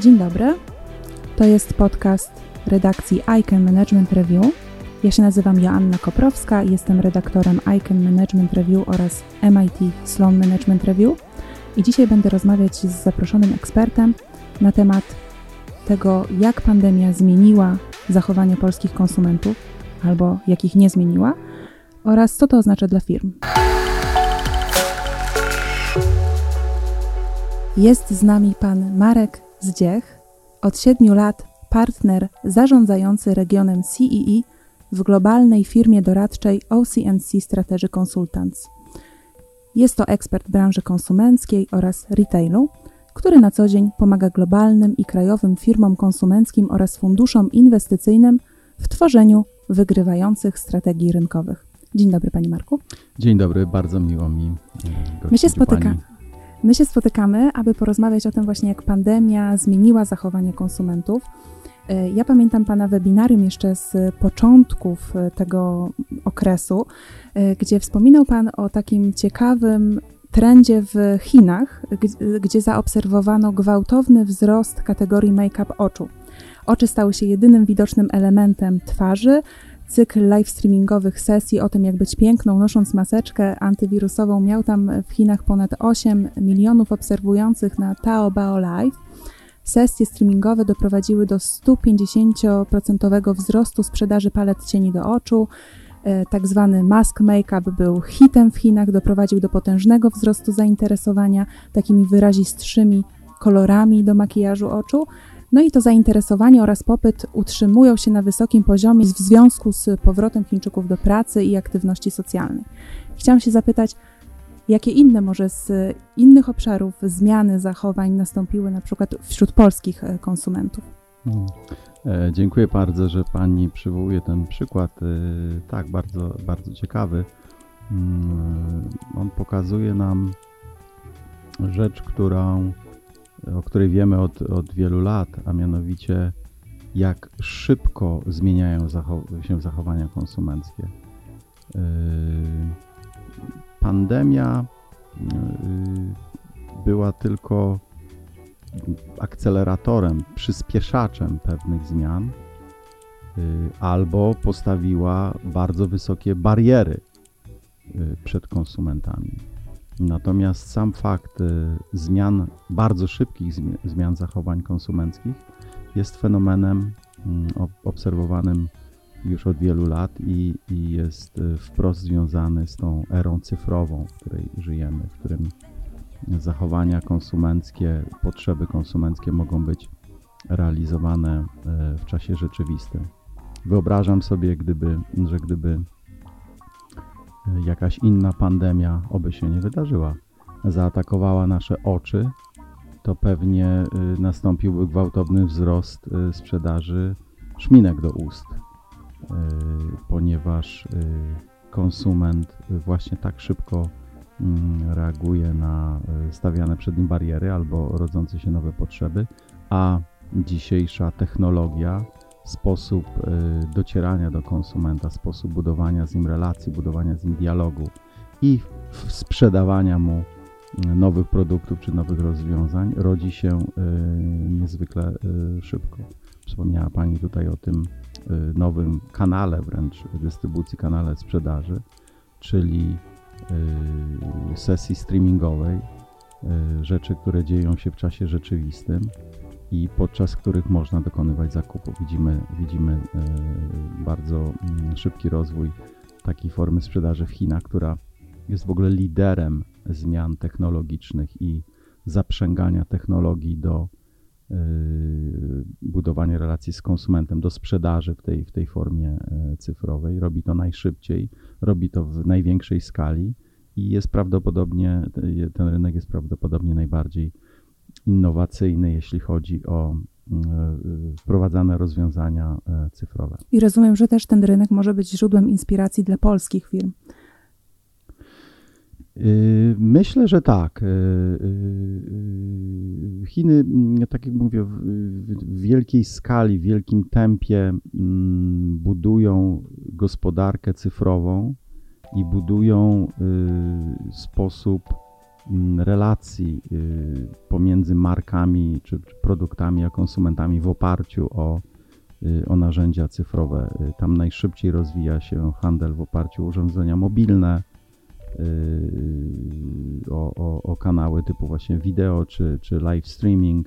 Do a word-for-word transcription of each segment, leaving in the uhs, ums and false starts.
Dzień dobry, to jest podcast redakcji I C A N Management Review. Ja się nazywam Joanna Koprowska, jestem redaktorem I C A N Management Review oraz M I T Sloan Management Review i dzisiaj będę rozmawiać z zaproszonym ekspertem na temat tego, jak pandemia zmieniła zachowanie polskich konsumentów albo jak ich nie zmieniła oraz co to oznacza dla firm. Jest z nami pan Marek Zdziech, od siedmiu lat partner zarządzający regionem C E E w globalnej firmie doradczej O C and C Strategy Consultants. Jest to ekspert branży konsumenckiej oraz retailu, który na co dzień pomaga globalnym i krajowym firmom konsumenckim oraz funduszom inwestycyjnym w tworzeniu wygrywających strategii rynkowych. Dzień dobry, panie Marku. Dzień dobry, bardzo miło mi gościć My się spotykamy. pani. My się spotykamy, aby porozmawiać o tym właśnie, jak pandemia zmieniła zachowanie konsumentów. Ja pamiętam pana webinarium jeszcze z początków tego okresu, gdzie wspominał pan o takim ciekawym trendzie w Chinach, gdzie zaobserwowano gwałtowny wzrost kategorii make-up oczu. Oczy stały się jedynym widocznym elementem twarzy. Cykl live streamingowych sesji o tym, jak być piękną, nosząc maseczkę antywirusową, miał tam w Chinach ponad osiem milionów obserwujących na Taobao Live. Sesje streamingowe doprowadziły do sto pięćdziesiąt procent wzrostu sprzedaży palet cieni do oczu. Tak zwany mask make-up był hitem w Chinach, doprowadził do potężnego wzrostu zainteresowania takimi wyrazistszymi kolorami do makijażu oczu. No i to zainteresowanie oraz popyt utrzymują się na wysokim poziomie w związku z powrotem Chińczyków do pracy i aktywności socjalnej. Chciałam się zapytać, jakie inne może z innych obszarów zmiany zachowań nastąpiły na przykład wśród polskich konsumentów? Hmm. E, dziękuję bardzo, że pani przywołuje ten przykład. E, tak, bardzo, bardzo ciekawy. Hmm, on pokazuje nam rzecz, którą o której wiemy od, od wielu lat, a mianowicie jak szybko zmieniają zachow- się zachowania konsumenckie. Yy, pandemia yy, była tylko akceleratorem, przyspieszaczem pewnych zmian yy, albo postawiła bardzo wysokie bariery yy, przed konsumentami. Natomiast sam fakt y, zmian, bardzo szybkich zmi- zmian zachowań konsumenckich jest fenomenem y, obserwowanym już od wielu lat i, i jest y, wprost związany z tą erą cyfrową, w której żyjemy, w którym zachowania konsumenckie, potrzeby konsumenckie mogą być realizowane y, w czasie rzeczywistym. Wyobrażam sobie, gdyby, że gdyby jakaś inna pandemia, oby się nie wydarzyła, zaatakowała nasze oczy, to pewnie y, nastąpiłby gwałtowny wzrost y, sprzedaży szminek do ust, y, ponieważ y, konsument y, właśnie tak szybko y, reaguje na y, stawiane przed nim bariery albo rodzące się nowe potrzeby, a dzisiejsza technologia, sposób y, docierania do konsumenta, sposób budowania z nim relacji, budowania z nim dialogu i sprzedawania mu y, nowych produktów czy nowych rozwiązań rodzi się y, niezwykle y, szybko. Wspomniała pani tutaj o tym y, nowym kanale wręcz dystrybucji, kanale sprzedaży, czyli y, sesji streamingowej, y, rzeczy, które dzieją się w czasie rzeczywistym i podczas których można dokonywać zakupów. Widzimy, widzimy y, bardzo y, szybki rozwój takiej formy sprzedaży w Chinach, która jest w ogóle liderem zmian technologicznych i zaprzęgania technologii do y, budowania relacji z konsumentem, do sprzedaży w tej, w tej formie y, cyfrowej. Robi to najszybciej, robi to w największej skali i jest prawdopodobnie, ten rynek jest prawdopodobnie najbardziej innowacyjny, jeśli chodzi o wprowadzane rozwiązania cyfrowe. I rozumiem, że też ten rynek może być źródłem inspiracji dla polskich firm. Myślę, że tak. Chiny, tak jak mówię, w wielkiej skali, w wielkim tempie budują gospodarkę cyfrową i budują sposób relacji pomiędzy markami czy produktami a konsumentami w oparciu o, o narzędzia cyfrowe. Tam najszybciej rozwija się handel w oparciu o urządzenia mobilne, o, o, o kanały typu właśnie wideo czy, czy live streaming.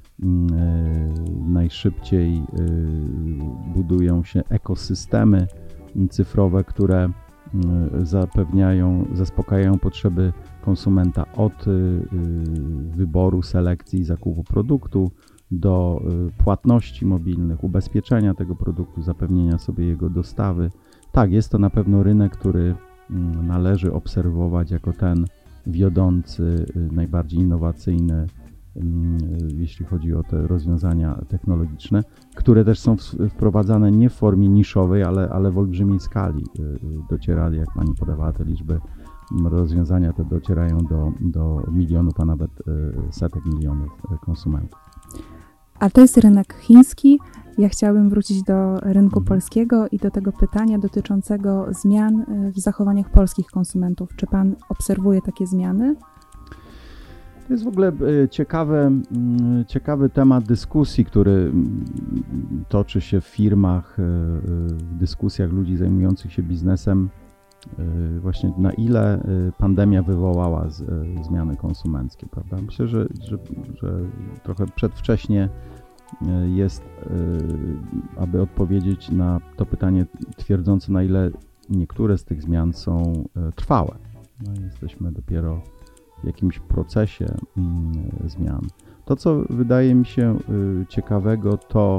Najszybciej budują się ekosystemy cyfrowe, które zapewniają, zaspokajają potrzeby konsumenta od wyboru, selekcji i zakupu produktu do płatności mobilnych, ubezpieczenia tego produktu, zapewnienia sobie jego dostawy. Tak, jest to na pewno rynek, który należy obserwować jako ten wiodący, najbardziej innowacyjny, jeśli chodzi o te rozwiązania technologiczne, które też są wprowadzane nie w formie niszowej, ale, ale w olbrzymiej skali. Dociera, jak Pani podawała te liczby, rozwiązania te docierają do, do milionów, a nawet setek milionów konsumentów. A to jest rynek chiński. Ja chciałabym wrócić do rynku polskiego i do tego pytania dotyczącego zmian w zachowaniach polskich konsumentów. Czy Pan obserwuje takie zmiany? To jest w ogóle ciekawy, ciekawy temat dyskusji, który toczy się w firmach, w dyskusjach ludzi zajmujących się biznesem. Właśnie na ile pandemia wywołała z, zmiany konsumenckie, prawda? Myślę, że, że, że trochę przedwcześnie jest, aby odpowiedzieć na to pytanie twierdzące, na ile niektóre z tych zmian są trwałe. No, jesteśmy dopiero w jakimś procesie zmian. To, co wydaje mi się ciekawego, to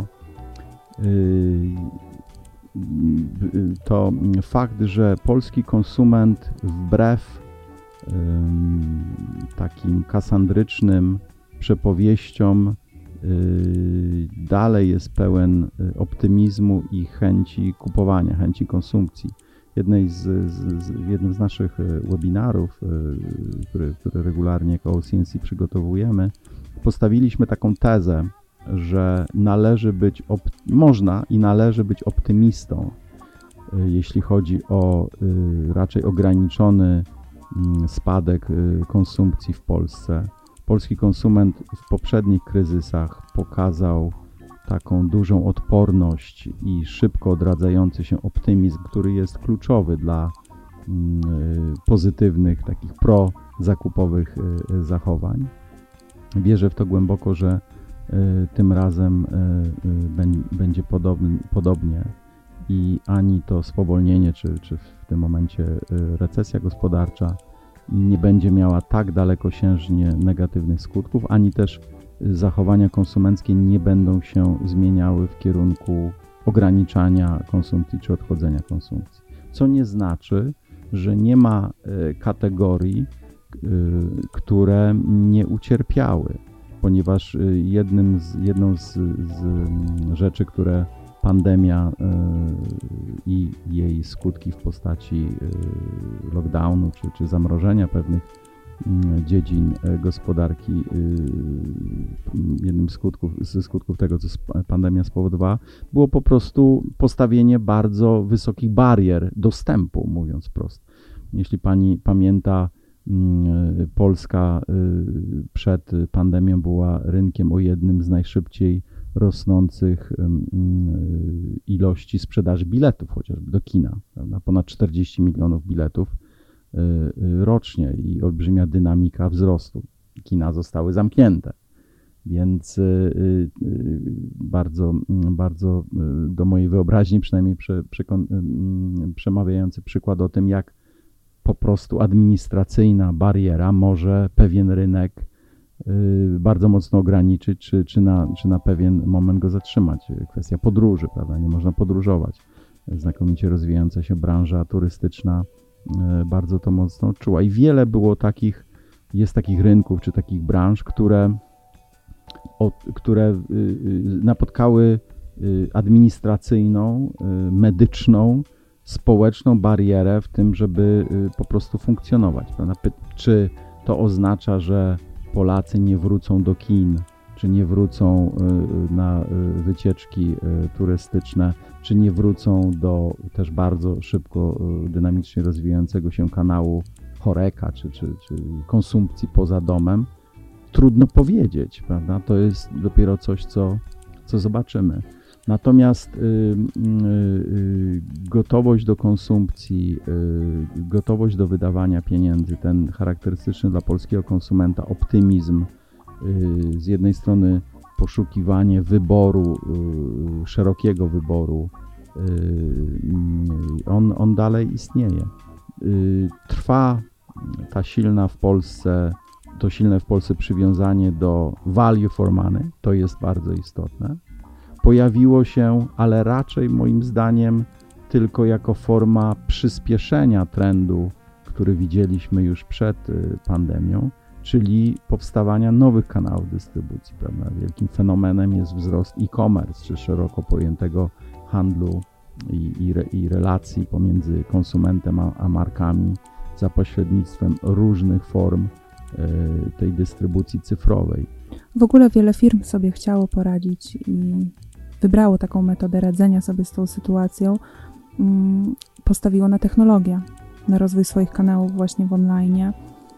to fakt, że polski konsument wbrew takim kasandrycznym przepowieściom dalej jest pełen optymizmu i chęci kupowania, chęci konsumpcji. Jednej z, z, z, w jednym z naszych webinarów, które, które regularnie jako O C N C przygotowujemy, postawiliśmy taką tezę, że należy być, można i należy być optymistą, jeśli chodzi o raczej ograniczony spadek konsumpcji w Polsce. Polski konsument w poprzednich kryzysach pokazał taką dużą odporność i szybko odradzający się optymizm, który jest kluczowy dla pozytywnych, takich pro-zakupowych zachowań. Wierzę w to głęboko, że tym razem będzie podobnie i ani to spowolnienie, czy, czy w tym momencie recesja gospodarcza nie będzie miała tak dalekosiężnie negatywnych skutków, ani też zachowania konsumenckie nie będą się zmieniały w kierunku ograniczania konsumpcji czy odchodzenia konsumpcji. Co nie znaczy, że nie ma kategorii, które nie ucierpiały, ponieważ jednym z, jedną z, z rzeczy, które pandemia i jej skutki w postaci lockdownu czy, czy zamrożenia pewnych dziedzin gospodarki, jednym z skutków, ze skutków tego, co pandemia spowodowała, było po prostu postawienie bardzo wysokich barier dostępu, mówiąc prosto. Jeśli Pani pamięta, Polska przed pandemią była rynkiem o jednym z najszybciej rosnących ilości sprzedaży biletów, chociażby do kina. Prawda? Ponad czterdzieści milionów biletów rocznie i olbrzymia dynamika wzrostu. Kina zostały zamknięte, więc bardzo, bardzo do mojej wyobraźni przynajmniej prze, przekon, przemawiający przykład o tym, jak po prostu administracyjna bariera może pewien rynek bardzo mocno ograniczyć, czy, czy, na, czy na pewien moment go zatrzymać. Kwestia podróży, prawda? Nie można podróżować. Znakomicie rozwijająca się branża turystyczna bardzo to mocno odczuła. I wiele było takich, jest takich rynków, czy takich branż, które, o, które napotkały administracyjną, medyczną, społeczną barierę w tym, żeby po prostu funkcjonować. Prawda? Czy to oznacza, że Polacy nie wrócą do kin, czy nie wrócą na wycieczki turystyczne, czy nie wrócą do też bardzo szybko, dynamicznie rozwijającego się kanału Horeca czy, czy, czy konsumpcji poza domem, trudno powiedzieć, prawda? To jest dopiero coś, co, co zobaczymy. Natomiast y, y, gotowość do konsumpcji, y, gotowość do wydawania pieniędzy, ten charakterystyczny dla polskiego konsumenta optymizm, y, z jednej strony poszukiwanie wyboru, y, szerokiego wyboru, y, y, on, on dalej istnieje. Y, trwa ta silna w Polsce, to silne w Polsce przywiązanie do value for money, to jest bardzo istotne. Pojawiło się, ale raczej moim zdaniem tylko jako forma przyspieszenia trendu, który widzieliśmy już przed pandemią, czyli powstawania nowych kanałów dystrybucji, prawda? Wielkim fenomenem jest wzrost e-commerce, czy szeroko pojętego handlu i, i, re, i relacji pomiędzy konsumentem a, a markami za pośrednictwem różnych form y, tej dystrybucji cyfrowej. W ogóle wiele firm sobie chciało poradzić i wybrało taką metodę radzenia sobie z tą sytuacją, postawiło na technologię, na rozwój swoich kanałów właśnie w online.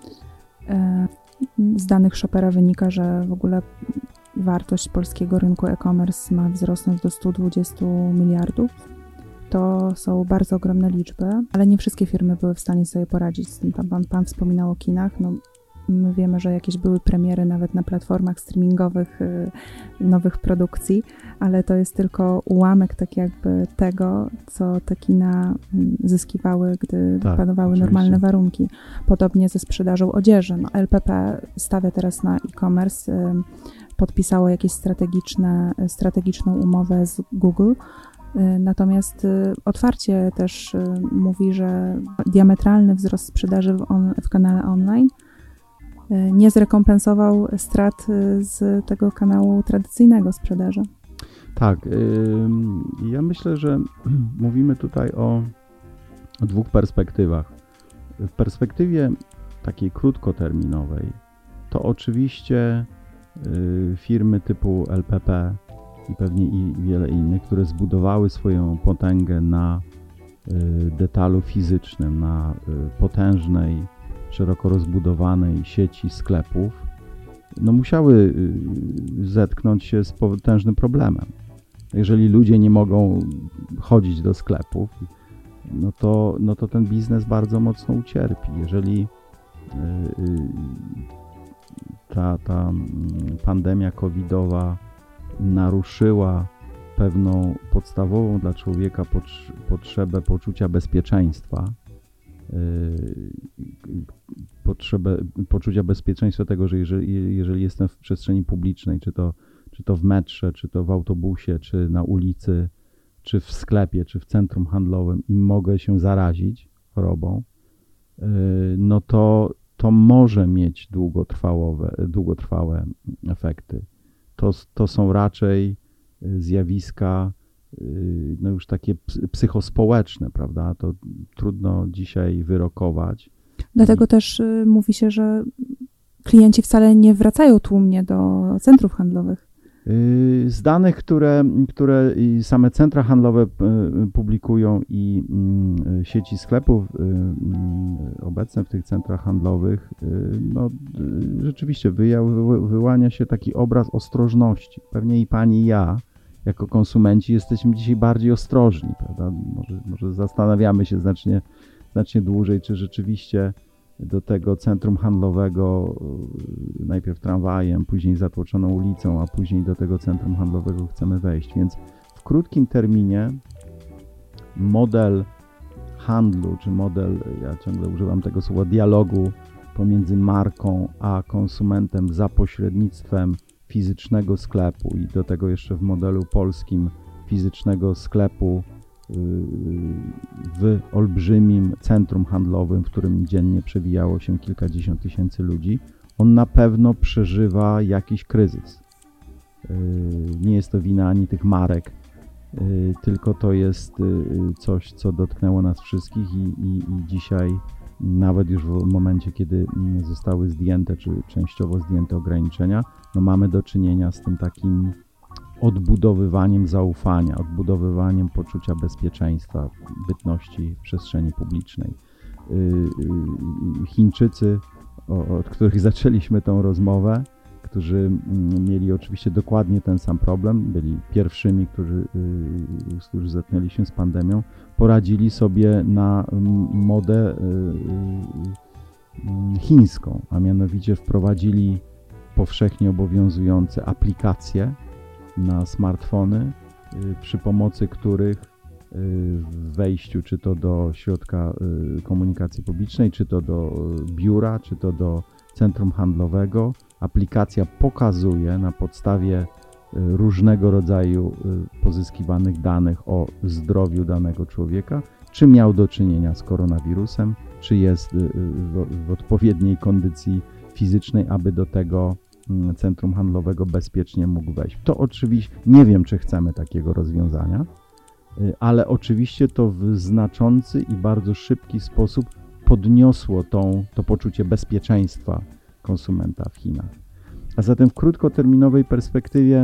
Z danych Shopera wynika, że w ogóle wartość polskiego rynku e-commerce ma wzrosnąć do stu dwudziestu miliardów. To są bardzo ogromne liczby, ale nie wszystkie firmy były w stanie sobie poradzić z tym. Tam pan, pan wspominał o kinach. No, my wiemy, że jakieś były premiery nawet na platformach streamingowych y, nowych produkcji, ale to jest tylko ułamek tak jakby tego, co te kina zyskiwały, gdy tak, panowały oczywiście. normalne warunki. Podobnie ze sprzedażą odzieży. No, L P P stawia teraz na e-commerce, y, podpisało jakieś strategiczne, strategiczną umowę z Google. Natomiast otwarcie też mówi, że diametralny wzrost sprzedaży w, on, w kanale online nie zrekompensował strat z tego kanału tradycyjnego sprzedaży. Tak, yy, ja myślę, że mówimy tutaj o, o dwóch perspektywach. W perspektywie takiej krótkoterminowej to oczywiście yy, firmy typu L P P i pewnie i wiele innych, które zbudowały swoją potęgę na y, detalu fizycznym, na y, potężnej, szeroko rozbudowanej sieci sklepów, no musiały y, zetknąć się z potężnym problemem. Jeżeli ludzie nie mogą chodzić do sklepów, no to, no to ten biznes bardzo mocno ucierpi. Jeżeli y, y, ta, ta pandemia covidowa naruszyła pewną podstawową dla człowieka potrzebę poczucia bezpieczeństwa, potrzebę poczucia bezpieczeństwa tego, że jeżeli, jeżeli jestem w przestrzeni publicznej, czy to, czy to w metrze, czy to w autobusie, czy na ulicy, czy w sklepie, czy w centrum handlowym i mogę się zarazić chorobą, no to, to może mieć długotrwałe, długotrwałe efekty. To, to są raczej zjawiska no już takie psychospołeczne, prawda? To trudno dzisiaj wyrokować. Dlatego I... też y, mówi się, że klienci wcale nie wracają tłumnie do centrów handlowych. Z danych, które, które same centra handlowe publikują i sieci sklepów obecne w tych centrach handlowych, no, rzeczywiście wyłania się taki obraz ostrożności. Pewnie i pani i ja, jako konsumenci, jesteśmy dzisiaj bardziej ostrożni, prawda? Może, może zastanawiamy się znacznie, znacznie dłużej, czy rzeczywiście do tego centrum handlowego najpierw tramwajem, później zatłoczoną ulicą, a później do tego centrum handlowego chcemy wejść. Więc w krótkim terminie model handlu, czy model, ja ciągle używam tego słowa, dialogu pomiędzy marką a konsumentem za pośrednictwem fizycznego sklepu i do tego jeszcze w modelu polskim fizycznego sklepu w olbrzymim centrum handlowym, w którym dziennie przewijało się kilkadziesiąt tysięcy ludzi, on na pewno przeżywa jakiś kryzys. Nie jest to wina ani tych marek, tylko to jest coś, co dotknęło nas wszystkich i, i, i dzisiaj, nawet już w momencie, kiedy zostały zdjęte, czy częściowo zdjęte ograniczenia, no mamy do czynienia z tym takim odbudowywaniem zaufania, odbudowywaniem poczucia bezpieczeństwa, bytności w przestrzeni publicznej. Chińczycy, od których zaczęliśmy tą rozmowę, którzy mieli oczywiście dokładnie ten sam problem, byli pierwszymi, którzy, którzy zetknęli się z pandemią, poradzili sobie na modę chińską, a mianowicie wprowadzili powszechnie obowiązujące aplikacje na smartfony, przy pomocy których w wejściu czy to do środka komunikacji publicznej, czy to do biura, czy to do centrum handlowego, aplikacja pokazuje na podstawie różnego rodzaju pozyskiwanych danych o zdrowiu danego człowieka, czy miał do czynienia z koronawirusem, czy jest w, w odpowiedniej kondycji fizycznej, aby do tego centrum handlowego bezpiecznie mógł wejść. To oczywiście nie wiem, czy chcemy takiego rozwiązania, ale oczywiście to w znaczący i bardzo szybki sposób podniosło tą, to poczucie bezpieczeństwa konsumenta w Chinach. A zatem w krótkoterminowej perspektywie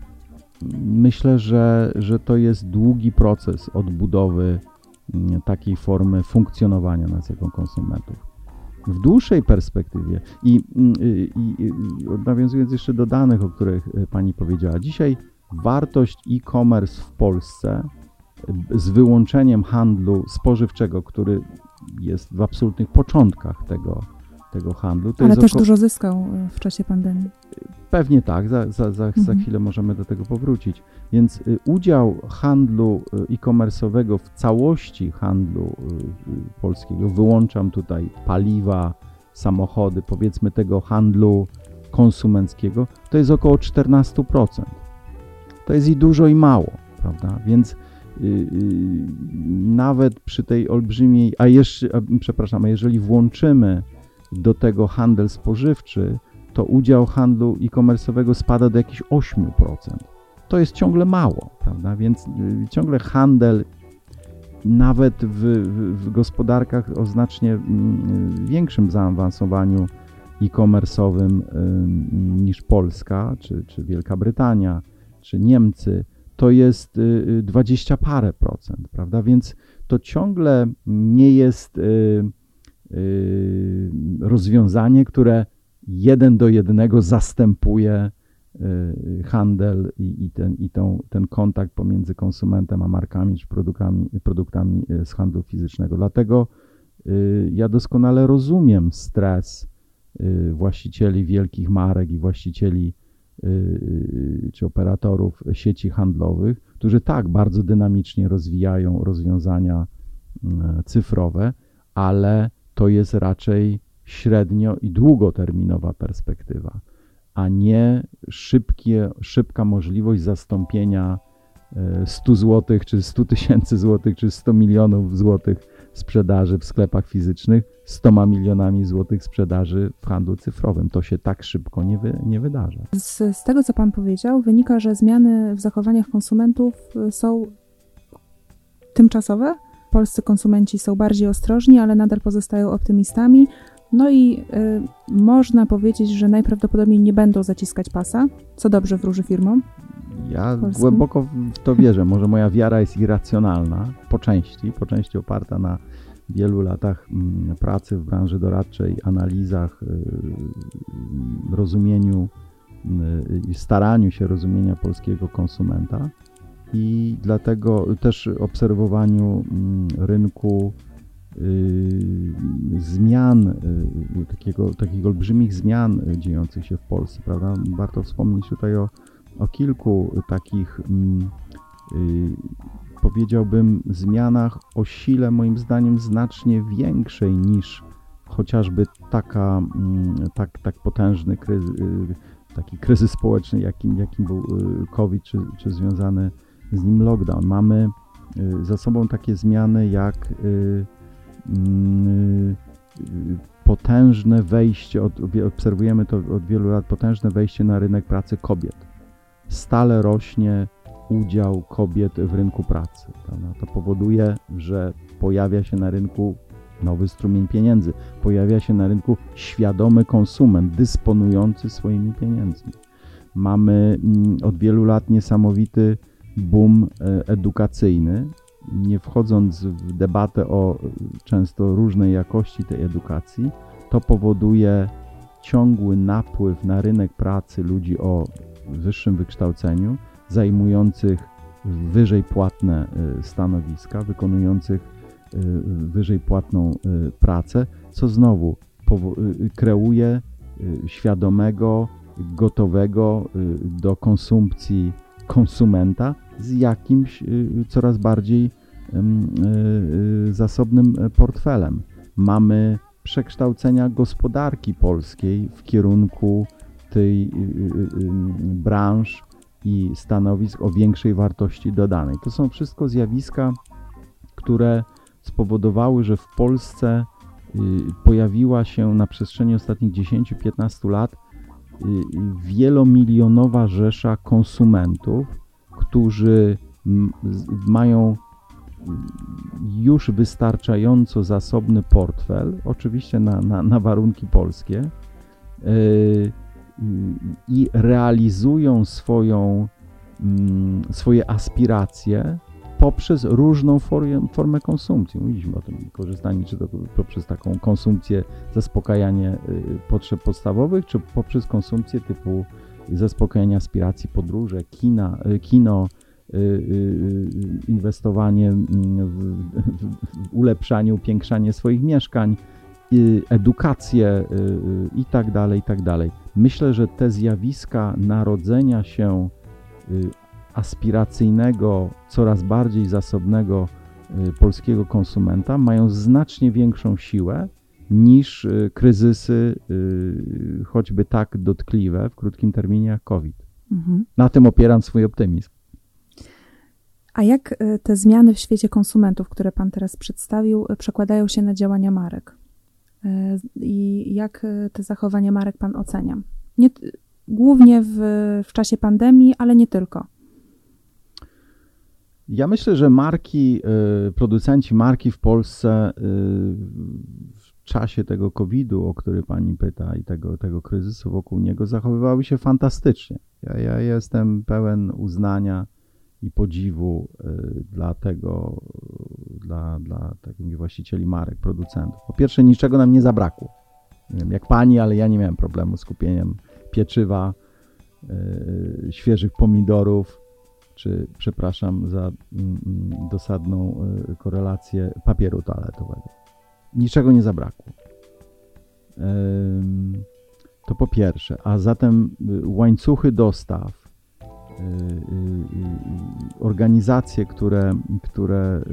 myślę, że, że to jest długi proces odbudowy takiej formy funkcjonowania nas jako konsumentów. W dłuższej perspektywie i, i, i nawiązując jeszcze do danych, o których Pani powiedziała, dzisiaj wartość e-commerce w Polsce z wyłączeniem handlu spożywczego, który jest w absolutnych początkach tego, tego handlu. To Ale jest też oko... dużo zyskał w czasie pandemii. Pewnie tak, za, za, za, mhm. za chwilę możemy do tego powrócić. Więc y, udział handlu y, e-commerce'owego w całości handlu y, polskiego, wyłączam tutaj paliwa, samochody, powiedzmy tego handlu konsumenckiego, to jest około czternaście procent. To jest i dużo, i mało, prawda? Więc y, y, nawet przy tej olbrzymiej, a jeszcze, a, przepraszam, a jeżeli włączymy do tego handel spożywczy, to udział handlu e-commerce'owego spada do jakichś osiem procent. To jest ciągle mało, prawda? Więc y, ciągle handel, nawet w, w, w gospodarkach o znacznie y, większym zaawansowaniu e-commerce'owym y, niż Polska, czy, czy Wielka Brytania, czy Niemcy, to jest y, dwadzieścia parę procent, prawda? Więc to ciągle nie jest y, y, rozwiązanie, które jeden do jednego zastępuje y, handel i, i, ten, i tą, ten kontakt pomiędzy konsumentem a markami czy produktami, produktami z handlu fizycznego. Dlatego y, ja doskonale rozumiem stres y, właścicieli wielkich marek i właścicieli y, czy operatorów sieci handlowych, którzy tak bardzo dynamicznie rozwijają rozwiązania y, cyfrowe, ale to jest raczej średnio i długoterminowa perspektywa, a nie szybkie, szybka możliwość zastąpienia stu złotych, czy stu tysięcy złotych, czy stu milionów złotych sprzedaży w sklepach fizycznych stoma milionami złotych sprzedaży w handlu cyfrowym. To się tak szybko nie, wy, nie wydarza. Z, z tego, co Pan powiedział, wynika, że zmiany w zachowaniach konsumentów są tymczasowe. Polscy konsumenci są bardziej ostrożni, ale nadal pozostają optymistami. No i y, można powiedzieć, że najprawdopodobniej nie będą zaciskać pasa, co dobrze wróży firmom. Ja polskim. głęboko w to wierzę. Może moja wiara jest irracjonalna, po części, po części oparta na wielu latach m, pracy w branży doradczej, analizach, y, rozumieniu i y, staraniu się rozumienia polskiego konsumenta i dlatego też obserwowaniu y, rynku y, zmian, y, takiego, takich olbrzymich zmian dziejących się w Polsce, prawda? Warto wspomnieć tutaj o o kilku takich, yy, powiedziałbym, zmianach o sile, moim zdaniem, znacznie większej niż chociażby taka, yy, tak, tak potężny kryzys, yy, taki kryzys społeczny, jakim, jakim był yy, COVID, czy, czy związany z nim lockdown. Mamy yy, za sobą takie zmiany jak yy, yy, potężne wejście, od, obserwujemy to od wielu lat, potężne wejście na rynek pracy kobiet. Stale rośnie udział kobiet w rynku pracy. Prawda? To powoduje, że pojawia się na rynku nowy strumień pieniędzy. Pojawia się na rynku świadomy konsument, dysponujący swoimi pieniędzmi. Mamy od wielu lat niesamowity boom edukacyjny nie wchodząc w debatę o często różnej jakości tej edukacji, to powoduje ciągły napływ na rynek pracy ludzi o wyższym wykształceniu, zajmujących wyżej płatne stanowiska, wykonujących wyżej płatną pracę, co znowu kreuje świadomego, gotowego do konsumpcji konsumenta z jakimś coraz bardziej zasobnym portfelem. Mamy przekształcenia gospodarki polskiej w kierunku tej branż i stanowisk o większej wartości dodanej. To są wszystko zjawiska, które spowodowały, że w Polsce pojawiła się na przestrzeni ostatnich dziesięciu do piętnastu lat wielomilionowa rzesza konsumentów, którzy mają już wystarczająco zasobny portfel, oczywiście na, na, na warunki polskie, yy, i realizują swoją, yy, swoje aspiracje poprzez różną formę, formę konsumpcji. Mówiliśmy o tym korzystaniu, czy to poprzez taką konsumpcję, zaspokajanie yy, potrzeb podstawowych, czy poprzez konsumpcję typu zaspokajanie aspiracji, podróże, kina, yy, kino, inwestowanie w ulepszanie, upiększanie swoich mieszkań, edukację i tak dalej, i tak dalej. Myślę, że te zjawiska narodzenia się aspiracyjnego, coraz bardziej zasobnego polskiego konsumenta mają znacznie większą siłę niż kryzysy choćby tak dotkliwe w krótkim terminie jak COVID. Mhm. Na tym opieram swój optymizm. A jak te zmiany w świecie konsumentów, które Pan teraz przedstawił, przekładają się na działania marek? I jak te zachowania marek Pan ocenia? Nie, głównie w, w czasie pandemii, ale nie tylko. Ja myślę, że marki, producenci marki w Polsce w czasie tego kowida, o który Pani pyta, i tego, tego kryzysu wokół niego, zachowywały się fantastycznie. Ja, ja jestem pełen uznania i podziwu y, dla tego, dla, dla takich właścicieli marek, producentów. Po pierwsze, niczego nam nie zabrakło. Nie wiem, jak pani, ale ja nie miałem problemu z kupieniem pieczywa, y, świeżych pomidorów, czy, przepraszam za y, y, dosadną y, korelację, papieru toaletowego. Niczego nie zabrakło. Y, to po pierwsze. A zatem y, łańcuchy dostaw, organizacje, które, które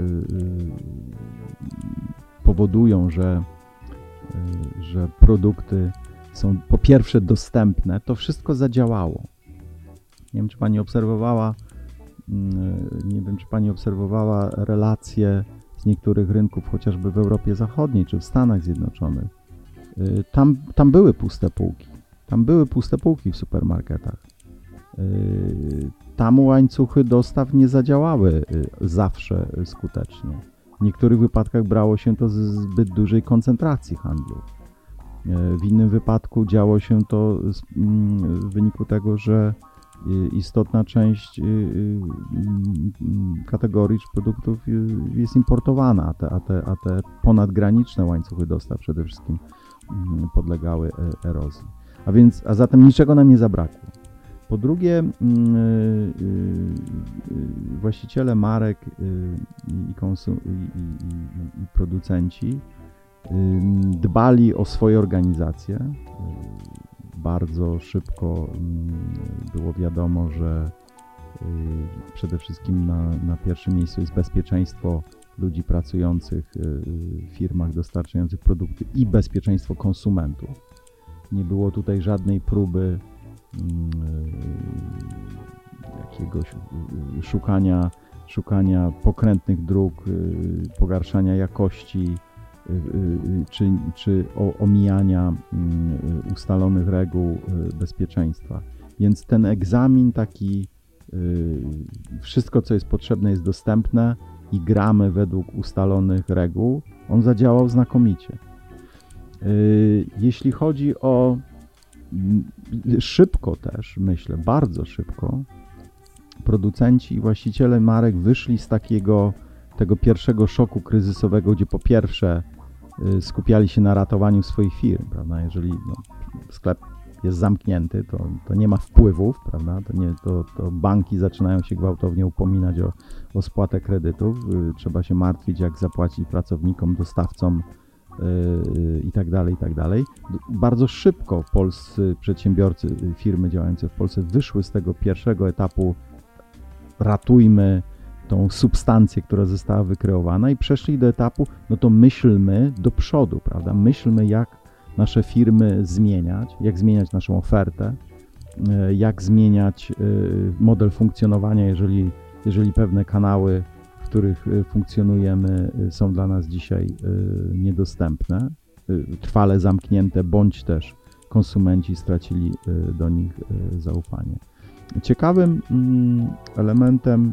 powodują, że, że produkty są po pierwsze dostępne, to wszystko zadziałało. Nie wiem, czy Pani obserwowała, nie wiem, czy Pani obserwowała relacje z niektórych rynków, chociażby w Europie Zachodniej, czy w Stanach Zjednoczonych. Tam, tam były puste półki. Tam były puste półki w supermarketach. Tam łańcuchy dostaw nie zadziałały zawsze skutecznie. W niektórych wypadkach brało się to z zbyt dużej koncentracji handlu. W innym wypadku działo się to w wyniku tego, że istotna część kategorii czy produktów jest importowana, a te, a te, a te ponadgraniczne łańcuchy dostaw przede wszystkim podlegały erozji. A więc, a zatem niczego nam nie zabrakło. Po drugie, właściciele marek i, konsum- i, i, i producenci dbali o swoje organizacje. Bardzo szybko było wiadomo, że przede wszystkim na, na pierwszym miejscu jest bezpieczeństwo ludzi pracujących w firmach dostarczających produkty i bezpieczeństwo konsumentów. Nie było tutaj żadnej próby jakiegoś szukania, szukania pokrętnych dróg, pogarszania jakości czy, czy omijania ustalonych reguł bezpieczeństwa. Więc ten egzamin taki, wszystko co jest potrzebne jest dostępne i gramy według ustalonych reguł, on zadziałał znakomicie. Jeśli chodzi o szybko też, myślę, bardzo szybko, producenci i właściciele marek wyszli z takiego tego pierwszego szoku kryzysowego, gdzie po pierwsze skupiali się na ratowaniu swoich firm, prawda? Jeżeli no, sklep jest zamknięty, to, to nie ma wpływów, prawda? To, nie, to, to banki zaczynają się gwałtownie upominać o, o spłatę kredytów. Trzeba się martwić, jak zapłacić pracownikom, dostawcom yy, i tak dalej, i tak dalej. Bardzo szybko polscy przedsiębiorcy, firmy działające w Polsce wyszły z tego pierwszego etapu ratujmy tą substancję, która została wykreowana i przeszli do etapu, no to myślmy do przodu, prawda? Myślmy, jak nasze firmy zmieniać, jak zmieniać naszą ofertę, jak zmieniać model funkcjonowania, jeżeli, jeżeli pewne kanały, w których funkcjonujemy, są dla nas dzisiaj niedostępne, trwale zamknięte, bądź też konsumenci stracili do nich zaufanie. Ciekawym elementem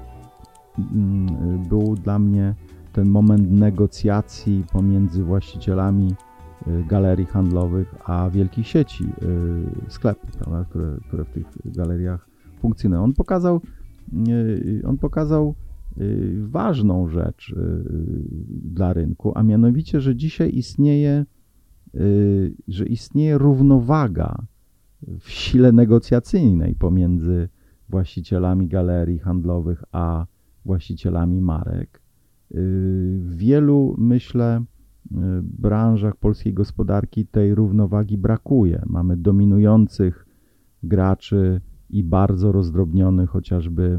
był dla mnie ten moment negocjacji pomiędzy właścicielami galerii handlowych a wielkich sieci sklepów, prawda, które, które w tych galeriach funkcjonują. On pokazał, on pokazał ważną rzecz dla rynku, a mianowicie, że dzisiaj istnieje, że istnieje równowaga w sile negocjacyjnej pomiędzy właścicielami galerii handlowych a właścicielami marek. W wielu, myślę, branżach polskiej gospodarki tej równowagi brakuje. Mamy dominujących graczy i bardzo rozdrobniony, chociażby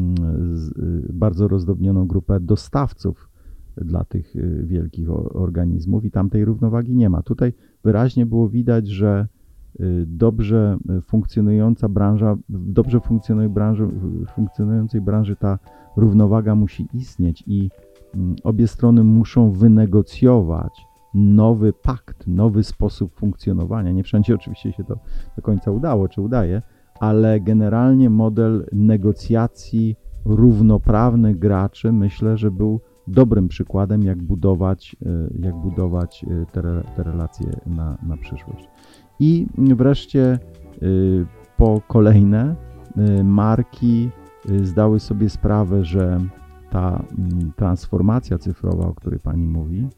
bardzo rozdrobnioną grupę dostawców dla tych wielkich organizmów i tam tej równowagi nie ma. Tutaj wyraźnie było widać, że dobrze funkcjonująca branża, w dobrze funkcjonującej branży, funkcjonującej branży ta równowaga musi istnieć i obie strony muszą wynegocjować nowy pakt, nowy sposób funkcjonowania. Nie wszędzie oczywiście się to do końca udało, czy udaje, ale generalnie model negocjacji równoprawnych graczy myślę, że był dobrym przykładem, jak budować, jak budować te, te relacje na, na przyszłość. I wreszcie po kolejne marki zdały sobie sprawę, że ta transformacja cyfrowa, o której Pani mówi,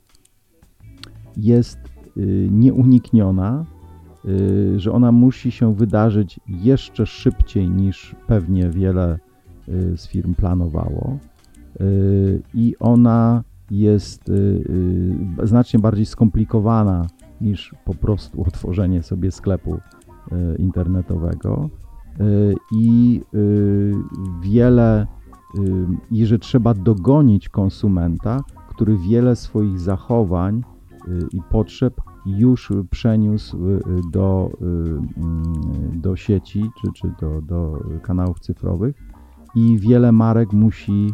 jest nieunikniona, że ona musi się wydarzyć jeszcze szybciej niż pewnie wiele z firm planowało i ona jest znacznie bardziej skomplikowana niż po prostu otworzenie sobie sklepu internetowego i wiele i że trzeba dogonić konsumenta, który wiele swoich zachowań i potrzeb już przeniósł do, do sieci czy, czy do, do kanałów cyfrowych i wiele marek musi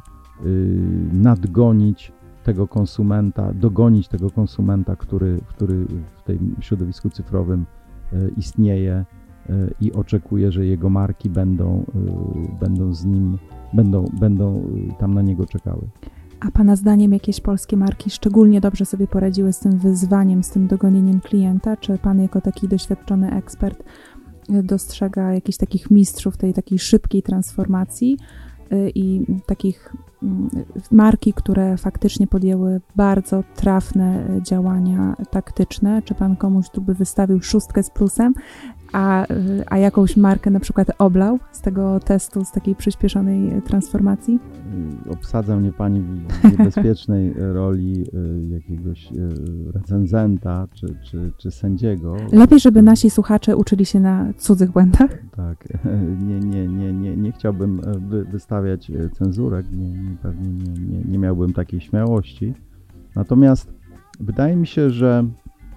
nadgonić tego konsumenta, dogonić tego konsumenta, który, który w tym środowisku cyfrowym istnieje i oczekuje, że jego marki będą, będą z nim, będą, będą tam na niego czekały. A Pana zdaniem jakieś polskie marki szczególnie dobrze sobie poradziły z tym wyzwaniem, z tym dogonieniem klienta? Czy Pan jako taki doświadczony ekspert dostrzega jakichś takich mistrzów tej takiej szybkiej transformacji i takich marki, które faktycznie podjęły bardzo trafne działania taktyczne? Czy Pan komuś tu by wystawił szóstkę z plusem, a, a jakąś markę na przykład oblał z tego testu, z takiej przyspieszonej transformacji? Obsadza mnie Pani w niebezpiecznej roli jakiegoś recenzenta czy, czy, czy sędziego. Lepiej, żeby nasi słuchacze uczyli się na cudzych błędach? Tak, nie, nie, nie, nie, nie chciałbym wy, wystawiać cenzurek, nie, nie, pewnie nie, nie, nie miałbym takiej śmiałości. Natomiast wydaje mi się, że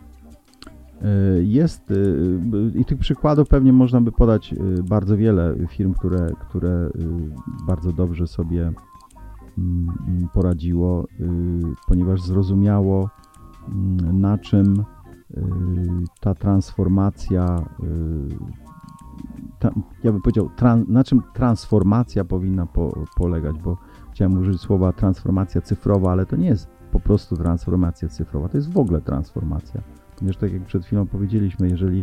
jest i tych przykładów pewnie można by podać bardzo wiele firm, które, które bardzo dobrze sobie poradziło, ponieważ zrozumiało, na czym ta transformacja, ta, ja bym powiedział, tran, na czym transformacja powinna po, polegać, bo chciałem użyć słowa transformacja cyfrowa, ale to nie jest po prostu transformacja cyfrowa, to jest w ogóle transformacja. Ponieważ tak jak przed chwilą powiedzieliśmy, jeżeli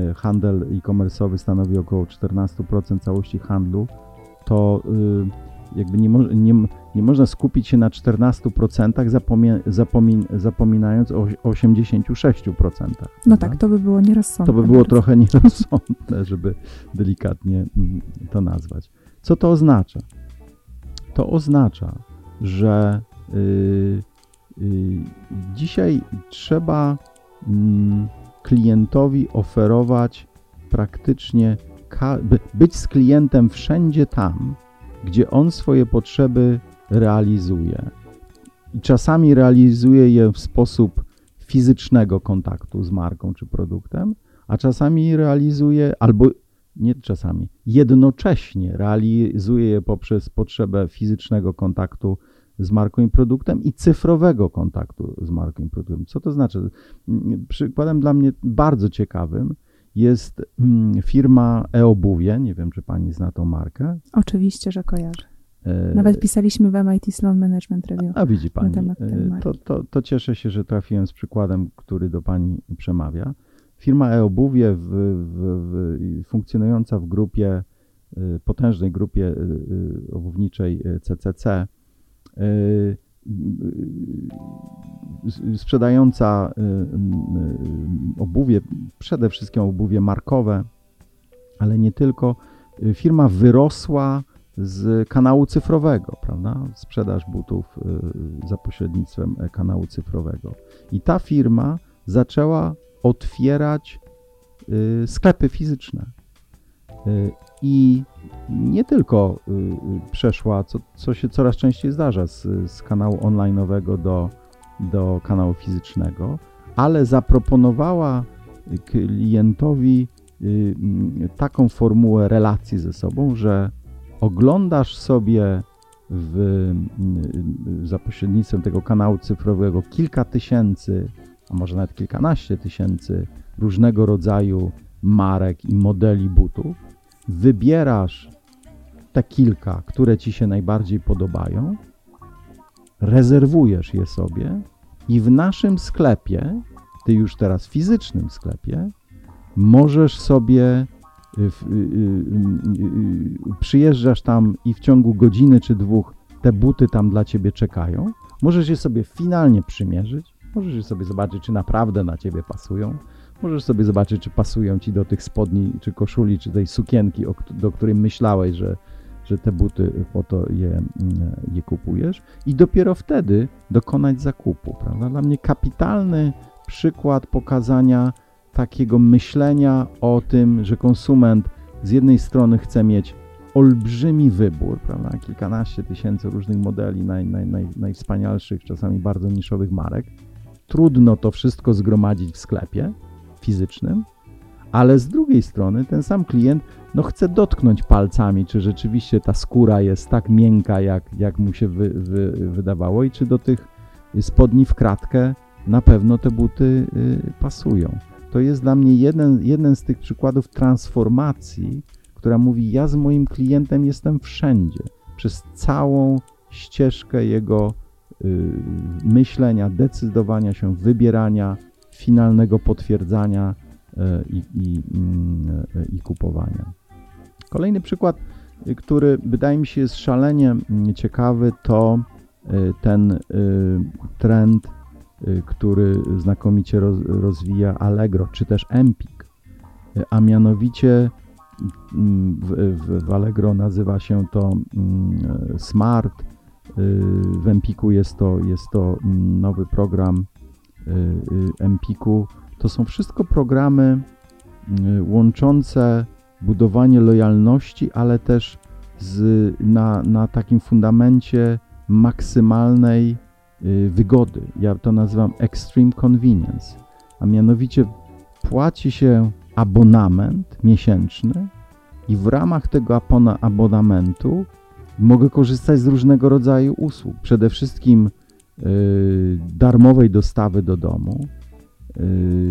handel e-commerce'owy stanowi około czternaście procent całości handlu, to jakby nie, mo, nie, nie można skupić się na czternastu procentach, zapomie, zapomin, zapominając o osiemdziesięciu sześciu procentach. No tak, to by było nierozsądne. To by było bardzo. trochę nierozsądne, żeby delikatnie to nazwać. Co to oznacza? To oznacza, że yy, yy, dzisiaj trzeba yy, klientowi oferować praktycznie, by, być z klientem wszędzie tam, gdzie on swoje potrzeby realizuje. I czasami realizuje je w sposób fizycznego kontaktu z marką czy produktem, a czasami realizuje, albo nie czasami, jednocześnie realizuje je poprzez potrzebę fizycznego kontaktu z marką i produktem i cyfrowego kontaktu z marką i produktem. Co to znaczy? Przykładem dla mnie bardzo ciekawym jest firma e-obuwie. Nie wiem, czy pani zna tą markę. Oczywiście, że kojarzę. Nawet pisaliśmy w M I T Sloan Management Review. A widzi pani, to, to, to cieszę się, że trafiłem z przykładem, który do pani przemawia. Firma e-obuwie w, w, w, funkcjonująca w grupie, potężnej grupie obuwniczej C C C, sprzedająca obuwie, przede wszystkim obuwie markowe, ale nie tylko. Firma wyrosła z kanału cyfrowego, prawda? Sprzedaż butów za pośrednictwem kanału cyfrowego. I ta firma zaczęła otwierać sklepy fizyczne. I nie tylko przeszła, co, co się coraz częściej zdarza, z, z kanału online'owego do, do kanału fizycznego, ale zaproponowała klientowi taką formułę relacji ze sobą, że oglądasz sobie w, za pośrednictwem tego kanału cyfrowego kilka tysięcy, a może nawet kilkanaście tysięcy różnego rodzaju marek i modeli butów, wybierasz te kilka, które ci się najbardziej podobają, rezerwujesz je sobie i w naszym sklepie, ty już teraz fizycznym sklepie, możesz sobie przyjeżdżasz tam i w ciągu godziny czy dwóch te buty tam dla ciebie czekają. Możesz je sobie finalnie przymierzyć, możesz je sobie zobaczyć, czy naprawdę na ciebie pasują. Możesz sobie zobaczyć, czy pasują ci do tych spodni, czy koszuli, czy tej sukienki, do której myślałeś, że, że te buty po to je, je kupujesz. I dopiero wtedy dokonać zakupu, prawda? Dla mnie kapitalny przykład pokazania takiego myślenia o tym, że konsument z jednej strony chce mieć olbrzymi wybór, prawda? Kilkanaście tysięcy różnych modeli, naj, naj, naj, najwspanialszych, czasami bardzo niszowych marek. Trudno to wszystko zgromadzić w sklepie fizycznym, ale z drugiej strony ten sam klient no, chce dotknąć palcami, czy rzeczywiście ta skóra jest tak miękka, jak, jak mu się wy, wy, wydawało i czy do tych spodni w kratkę na pewno te buty y, pasują. To jest dla mnie jeden, jeden z tych przykładów transformacji, która mówi, ja z moim klientem jestem wszędzie, przez całą ścieżkę jego y, myślenia, decydowania się, wybierania, finalnego potwierdzania y, i, y, y, kupowania. Kolejny przykład, y, który wydaje mi się jest szalenie y, ciekawy, to y, ten y, trend, który znakomicie rozwija Allegro, czy też Empik, a mianowicie w, w, w Allegro nazywa się to Smart, w Empiku jest to, jest to nowy program Empiku. To są wszystko programy łączące budowanie lojalności, ale też z, na, na takim fundamencie maksymalnej wygody. Ja to nazywam extreme convenience, a mianowicie płaci się abonament miesięczny i w ramach tego abonamentu mogę korzystać z różnego rodzaju usług. Przede wszystkim yy, darmowej dostawy do domu, yy,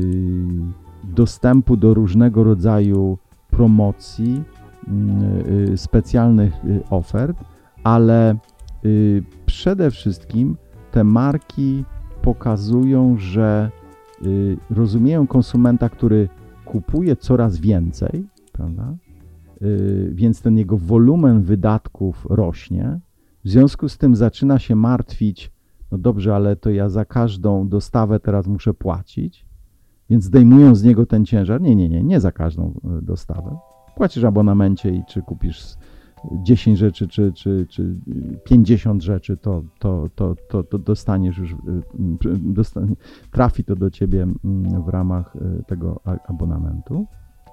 dostępu do różnego rodzaju promocji, yy, specjalnych yy, ofert, ale yy, przede wszystkim te marki pokazują, że y, rozumieją konsumenta, który kupuje coraz więcej, prawda? Y, więc ten jego wolumen wydatków rośnie W związku z tym zaczyna się martwić, no dobrze, ale to ja za każdą dostawę teraz muszę płacić, więc zdejmują z niego ten ciężar. Nie, nie, nie, nie za każdą dostawę. Płacisz abonamencie i czy kupisz dziesięć rzeczy, czy, czy, czy pięćdziesiąt rzeczy, to, to, to, to, to dostaniesz już, dostanie, trafi to do ciebie w ramach tego abonamentu.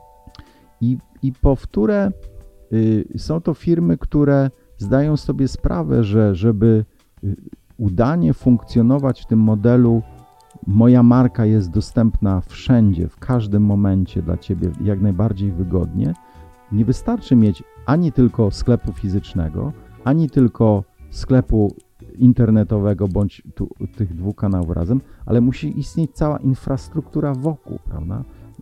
I, i powtórę, są to firmy, które zdają sobie sprawę, że żeby udanie funkcjonować w tym modelu, moja marka jest dostępna wszędzie, w każdym momencie dla ciebie jak najbardziej wygodnie. Nie wystarczy mieć ani tylko sklepu fizycznego, ani tylko sklepu internetowego, bądź tu, tych dwóch kanałów razem, ale musi istnieć cała infrastruktura wokół, prawda?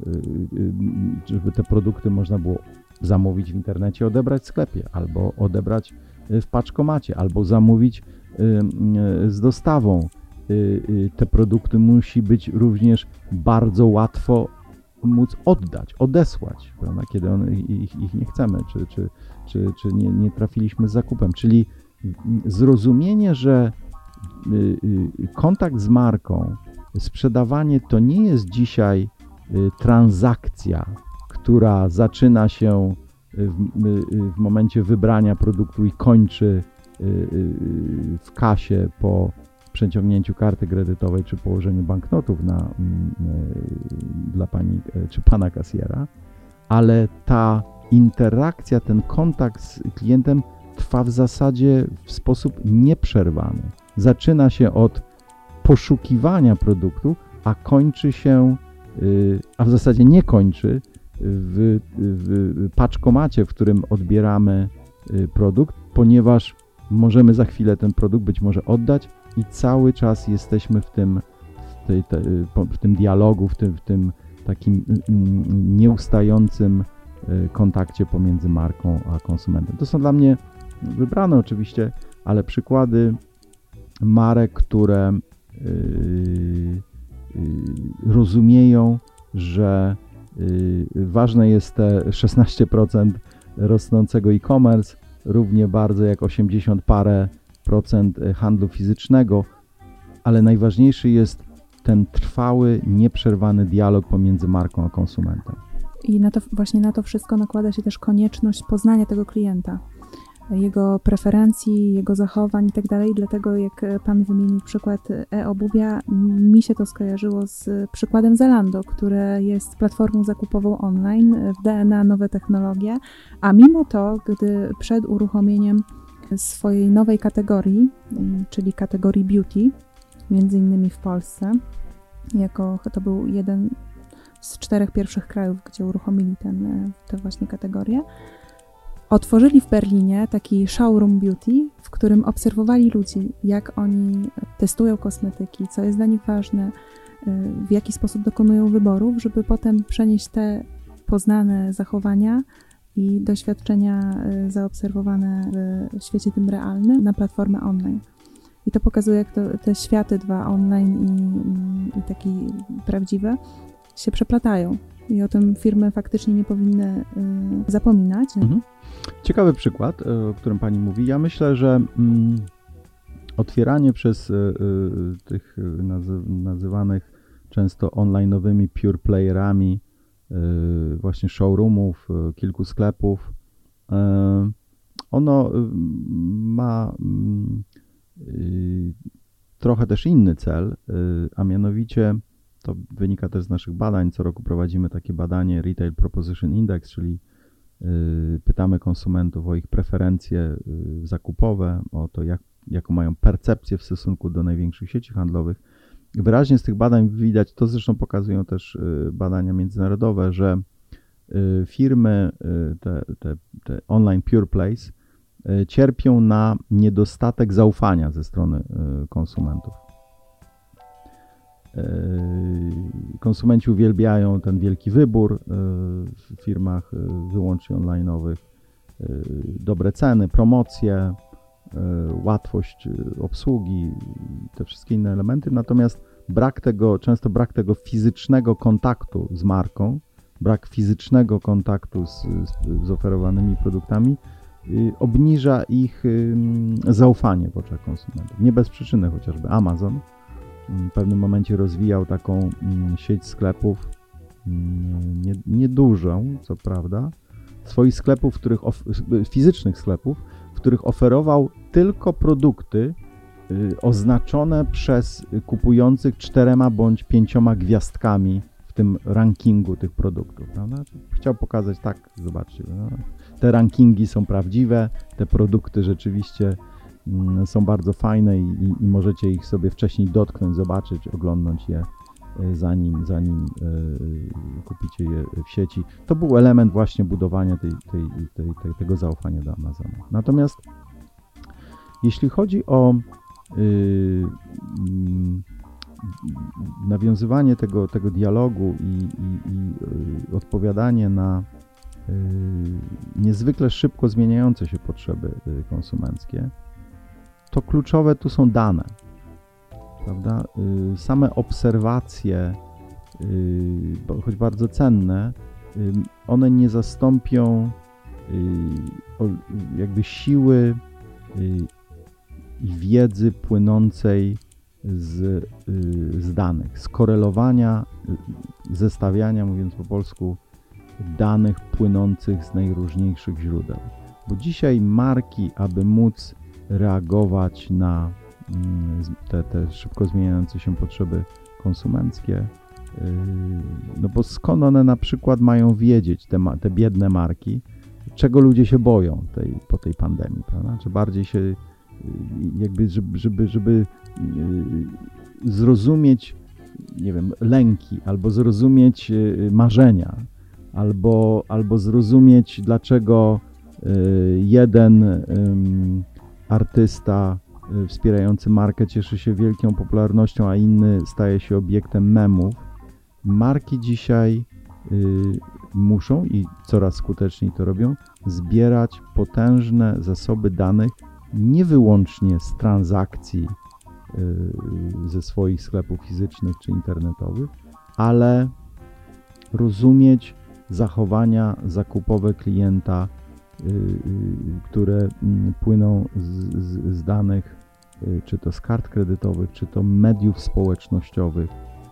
Żeby te produkty można było zamówić w internecie, odebrać w sklepie, albo odebrać w paczkomacie, albo zamówić z dostawą. Te produkty musi być również bardzo łatwo móc oddać, odesłać, prawda? Kiedy one, ich, ich nie chcemy, czy, czy, czy, czy nie, nie trafiliśmy z zakupem. Czyli zrozumienie, że kontakt z marką, sprzedawanie to nie jest dzisiaj transakcja, która zaczyna się w, w momencie wybrania produktu i kończy w kasie po przeciągnięciu karty kredytowej czy położeniu banknotów na, dla pani czy pana kasjera, ale ta interakcja, ten kontakt z klientem trwa w zasadzie w sposób nieprzerwany. Zaczyna się od poszukiwania produktu, a kończy się, a w zasadzie nie kończy w, w paczkomacie, w którym odbieramy produkt, ponieważ możemy za chwilę ten produkt być może oddać i cały czas jesteśmy w tym, w tej, te, w tym dialogu, w tym, w tym takim nieustającym kontakcie pomiędzy marką a konsumentem. To są dla mnie wybrane oczywiście, ale przykłady marek, które yy, yy, rozumieją, że yy, ważne jest te szesnaście procent rosnącego e-commerce, równie bardzo jak osiemdziesiąt parę procent handlu fizycznego, ale najważniejszy jest ten trwały, nieprzerwany dialog pomiędzy marką a konsumentem. I na to, właśnie na to wszystko nakłada się też konieczność poznania tego klienta, jego preferencji, jego zachowań i tak dalej. Dlatego jak Pan wymienił przykład e-obuwia, mi się to skojarzyło z przykładem Zalando, które jest platformą zakupową online, w D N A nowe technologie, a mimo to, gdy przed uruchomieniem swojej nowej kategorii, czyli kategorii beauty, między innymi w Polsce, jako to był jeden z czterech pierwszych krajów, gdzie uruchomili ten, tę właśnie kategorię, otworzyli w Berlinie taki showroom beauty, w którym obserwowali ludzi, jak oni testują kosmetyki, co jest dla nich ważne, w jaki sposób dokonują wyborów, żeby potem przenieść te poznane zachowania i doświadczenia zaobserwowane w świecie tym realnym na platformę online. I to pokazuje, jak to, te światy dwa, online i, i taki prawdziwy, się przeplatają. I o tym firmy faktycznie nie powinny y, zapominać. Mhm. Ciekawy przykład, o którym Pani mówi. Ja myślę, że mm, otwieranie przez y, y, tych nazy- nazywanych często online'owymi pure playerami y, właśnie showroomów, y, kilku sklepów, y, ono y, ma y, trochę też inny cel, y, a mianowicie to wynika też z naszych badań. Co roku prowadzimy takie badanie Retail Proposition Index, czyli y, pytamy konsumentów o ich preferencje y, zakupowe, o to, jak, jaką mają percepcję w stosunku do największych sieci handlowych. Wyraźnie z tych badań widać, to zresztą pokazują też y, badania międzynarodowe, że y, firmy, y, te, te, te online pure plays y, cierpią na niedostatek zaufania ze strony y, konsumentów. Konsumenci uwielbiają ten wielki wybór w firmach wyłącznie online'owych, dobre ceny, promocje, łatwość obsługi, te wszystkie inne elementy, natomiast brak tego, często brak tego fizycznego kontaktu z marką, brak fizycznego kontaktu z, z, z oferowanymi produktami obniża ich zaufanie w oczach konsumentów. Nie bez przyczyny chociażby Amazon w pewnym momencie rozwijał taką sieć sklepów, niedużą, co prawda, swoich sklepów, w których fizycznych sklepów, w których oferował tylko produkty oznaczone przez kupujących czterema bądź pięcioma gwiazdkami w tym rankingu tych produktów. Prawda? Chciał pokazać, tak, zobaczcie, no, te rankingi są prawdziwe, te produkty rzeczywiście mm, są bardzo fajne i, i, i możecie ich sobie wcześniej dotknąć, zobaczyć, oglądnąć je, zanim, zanim y, kupicie je w sieci. To był element właśnie budowania tej, tej, tej, tej, tego zaufania do Amazonu. Natomiast jeśli chodzi o y, y, nawiązywanie tego, tego dialogu i, i, i y, odpowiadanie na y, niezwykle szybko zmieniające się potrzeby y, konsumenckie, to kluczowe tu są dane. Prawda? Y, same obserwacje, y, bo, choć bardzo cenne, y, one nie zastąpią y, o, jakby siły y, i wiedzy płynącej z, y, z danych, skorelowania, y, zestawiania, mówiąc po polsku, danych płynących z najróżniejszych źródeł. Bo dzisiaj marki, aby móc reagować na Te, te szybko zmieniające się potrzeby konsumenckie, no bo skąd one na przykład mają wiedzieć, te, te biedne marki, czego ludzie się boją tej, po tej pandemii, prawda? Czy bardziej się jakby, żeby, żeby, żeby zrozumieć, nie wiem, lęki, albo zrozumieć marzenia, albo, albo zrozumieć, dlaczego jeden artysta wspierający markę cieszy się wielką popularnością, a inny staje się obiektem memów. Marki dzisiaj y, muszą i coraz skuteczniej to robią, zbierać potężne zasoby danych nie wyłącznie z transakcji y, ze swoich sklepów fizycznych czy internetowych, ale rozumieć zachowania zakupowe klienta, które płyną z, z, z danych, czy to z kart kredytowych, czy to mediów społecznościowych.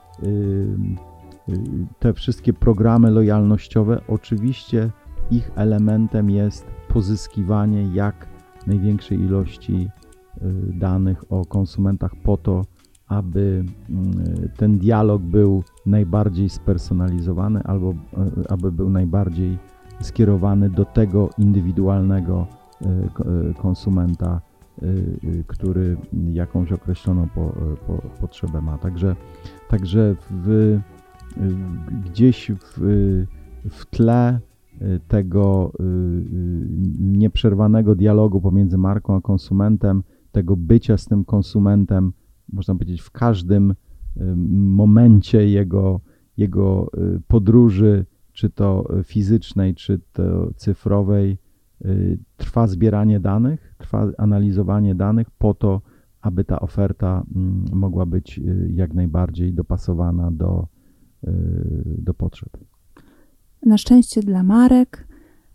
Te wszystkie programy lojalnościowe, oczywiście ich elementem jest pozyskiwanie jak największej ilości danych o konsumentach po to, aby ten dialog był najbardziej spersonalizowany albo aby był najbardziej skierowany do tego indywidualnego konsumenta, który jakąś określoną po, po, potrzebę ma. Także, także w, gdzieś w, w tle tego nieprzerwanego dialogu pomiędzy marką a konsumentem, tego bycia z tym konsumentem, można powiedzieć, w każdym momencie jego, jego podróży, czy to fizycznej, czy to cyfrowej, trwa zbieranie danych, trwa analizowanie danych po to, aby ta oferta mogła być jak najbardziej dopasowana do, do potrzeb. Na szczęście dla marek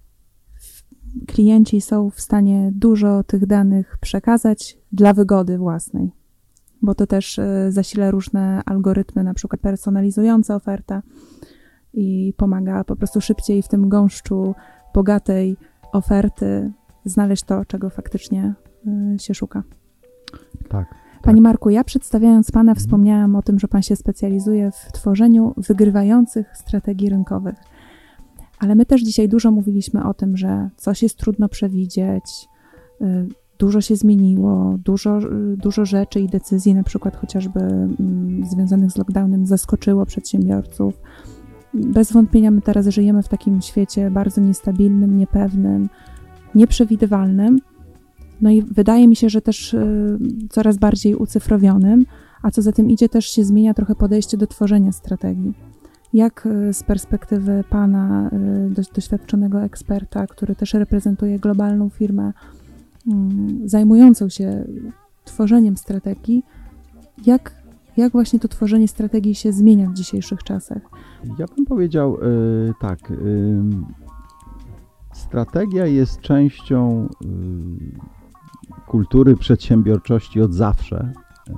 klienci są w stanie dużo tych danych przekazać dla wygody własnej, bo to też zasila różne algorytmy, na przykład personalizujące ofertę, i pomaga po prostu szybciej w tym gąszczu bogatej oferty znaleźć to, czego faktycznie y, się szuka. Tak. Panie tak. Marku, ja przedstawiając Pana wspomniałam o tym, że Pan się specjalizuje w tworzeniu wygrywających strategii rynkowych. Ale my też dzisiaj dużo mówiliśmy o tym, że coś jest trudno przewidzieć, y, dużo się zmieniło, dużo, y, dużo rzeczy i decyzji, na przykład chociażby y, związanych z lockdownem, zaskoczyło przedsiębiorców. Bez wątpienia my teraz żyjemy w takim świecie bardzo niestabilnym, niepewnym, nieprzewidywalnym. No i wydaje mi się, że też y, coraz bardziej ucyfrowionym, a co za tym idzie, też się zmienia trochę podejście do tworzenia strategii. Jak y, z perspektywy Pana, y, dość doświadczonego eksperta, który też reprezentuje globalną firmę y, zajmującą się tworzeniem strategii, jak Jak właśnie to tworzenie strategii się zmienia w dzisiejszych czasach? Ja bym powiedział yy, tak. Yy, Strategia jest częścią kultury przedsiębiorczości od zawsze.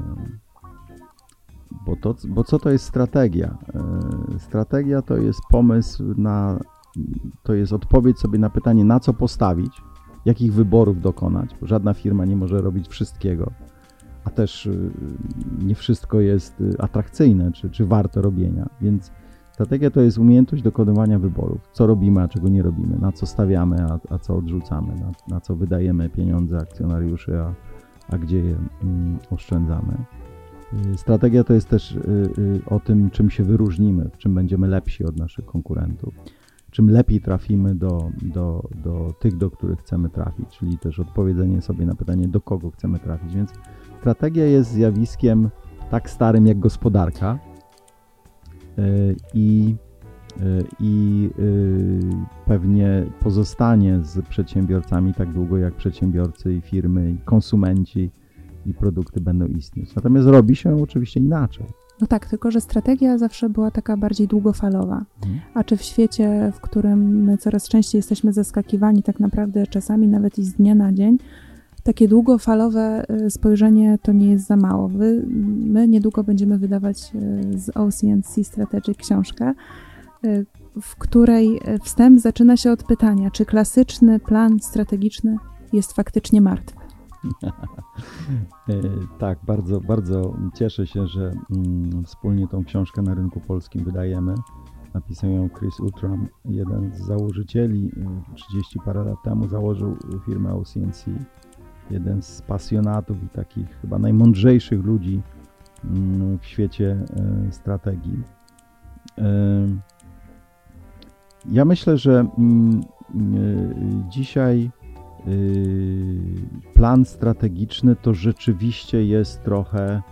Bo, to, bo co to jest strategia? Strategia to jest pomysł na, to jest odpowiedź sobie na pytanie, na co postawić, jakich wyborów dokonać, bo żadna firma nie może robić wszystkiego, a też nie wszystko jest atrakcyjne, czy, czy warte robienia, więc strategia to jest umiejętność dokonywania wyborów, co robimy, a czego nie robimy, na co stawiamy, a, a co odrzucamy, na, na co wydajemy pieniądze akcjonariuszy, a, a gdzie je mm, oszczędzamy. Strategia to jest też y, y, o tym, czym się wyróżnimy, w czym będziemy lepsi od naszych konkurentów, czym lepiej trafimy do, do, do tych, do których chcemy trafić, czyli też odpowiedzenie sobie na pytanie, do kogo chcemy trafić. Więc strategia jest zjawiskiem tak starym jak gospodarka y, i, y, i y, pewnie pozostanie z przedsiębiorcami tak długo, jak przedsiębiorcy i firmy, i konsumenci i produkty będą istnieć. Natomiast robi się oczywiście inaczej. No tak, tylko że strategia zawsze była taka bardziej długofalowa. Hmm. A czy w świecie, w którym my coraz częściej jesteśmy zaskakiwani tak naprawdę czasami nawet i z dnia na dzień, takie długofalowe spojrzenie to nie jest za mało. Wy, my niedługo będziemy wydawać z O C N C Strategic książkę, w której wstęp zaczyna się od pytania, czy klasyczny plan strategiczny jest faktycznie martwy. Tak, bardzo, bardzo cieszę się, że mm, wspólnie tą książkę na rynku polskim wydajemy. Napisał ją Chris Outram, jeden z założycieli. trzydzieści parę lat temu założył firmę O C N C. Jeden z pasjonatów i takich chyba najmądrzejszych ludzi mm, w świecie y, strategii. Y, ja myślę, że mm, y, dzisiaj plan strategiczny to rzeczywiście jest trochę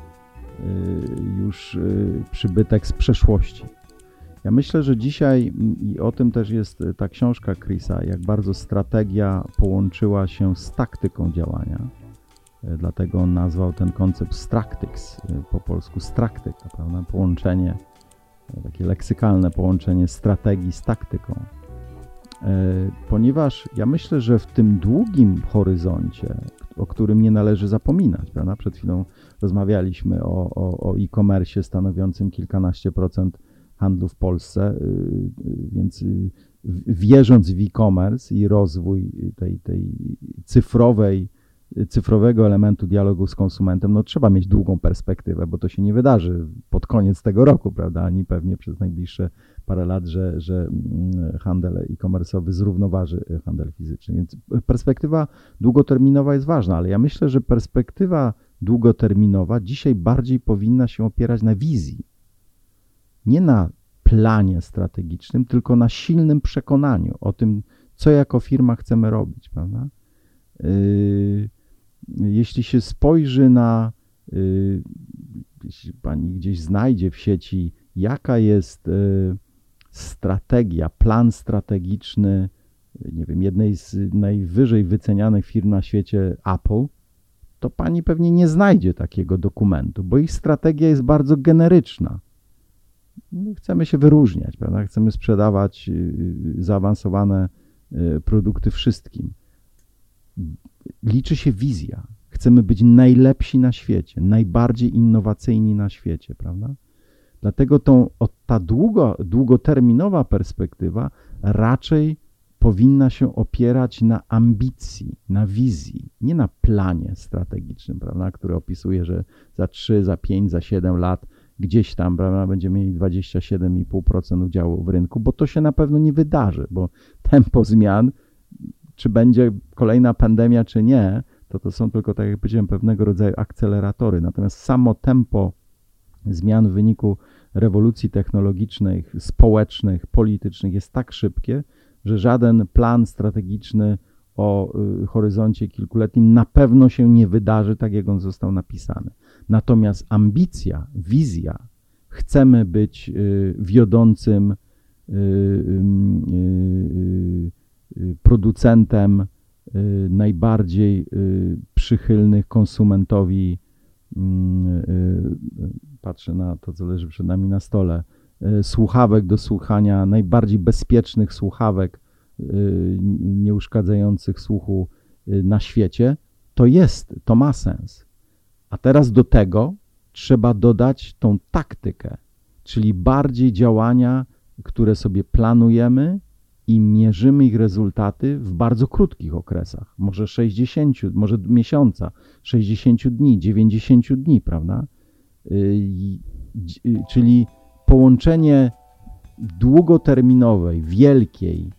już przybytek z przeszłości. Ja myślę, że dzisiaj, i o tym też jest ta książka Chrisa, jak bardzo strategia połączyła się z taktyką działania. Dlatego on nazwał ten koncept Stractics, po polsku straktyka, prawda? Połączenie, takie leksykalne połączenie strategii z taktyką. Ponieważ ja myślę, że w tym długim horyzoncie, o którym nie należy zapominać, prawda? Przed chwilą rozmawialiśmy o, o, o e-commerce stanowiącym kilkanaście procent handlu w Polsce, więc wierząc w e-commerce i rozwój tej, tej cyfrowej, cyfrowego elementu dialogu z konsumentem, no trzeba mieć długą perspektywę, bo to się nie wydarzy pod koniec tego roku, prawda, ani pewnie przez najbliższe parę lat, że, że handel e-commerce'owy zrównoważy handel fizyczny. Więc perspektywa długoterminowa jest ważna, ale ja myślę, że perspektywa długoterminowa dzisiaj bardziej powinna się opierać na wizji. Nie na planie strategicznym, tylko na silnym przekonaniu o tym, co jako firma chcemy robić, prawda? Yy, jeśli się spojrzy na, yy, jeśli pani gdzieś znajdzie w sieci, jaka jest yy, strategia, plan strategiczny, nie wiem, jednej z najwyżej wycenianych firm na świecie, Apple, to pani pewnie nie znajdzie takiego dokumentu, bo ich strategia jest bardzo generyczna. My chcemy się wyróżniać, prawda? Chcemy sprzedawać zaawansowane produkty wszystkim. Liczy się wizja. Chcemy być najlepsi na świecie, najbardziej innowacyjni na świecie, prawda? Dlatego tą, ta długo, długoterminowa perspektywa raczej powinna się opierać na ambicji, na wizji, nie na planie strategicznym, prawda, który opisuje, że za trzy, za pięć, za siedem lat gdzieś tam, prawda, będziemy mieli dwadzieścia siedem i pół procent udziału w rynku, bo to się na pewno nie wydarzy, bo tempo zmian, czy będzie kolejna pandemia, czy nie, to to są tylko, tak jak powiedziałem, pewnego rodzaju akceleratory. Natomiast samo tempo zmian w wyniku rewolucji technologicznych, społecznych, politycznych jest tak szybkie, że żaden plan strategiczny o horyzoncie kilkuletnim na pewno się nie wydarzy tak, jak on został napisany. Natomiast ambicja, wizja, chcemy być wiodącym producentem najbardziej przychylnych konsumentowi, patrzę na to, co leży przed nami na stole, słuchawek do słuchania, najbardziej bezpiecznych słuchawek nieuszkadzających słuchu na świecie, to jest, to ma sens. A teraz do tego trzeba dodać tą taktykę, czyli bardziej działania, które sobie planujemy i mierzymy ich rezultaty w bardzo krótkich okresach, może sześćdziesiąt, może miesiąca, sześćdziesiąt dni, dziewięćdziesiąt dni, prawda? Czyli połączenie długoterminowej, wielkiej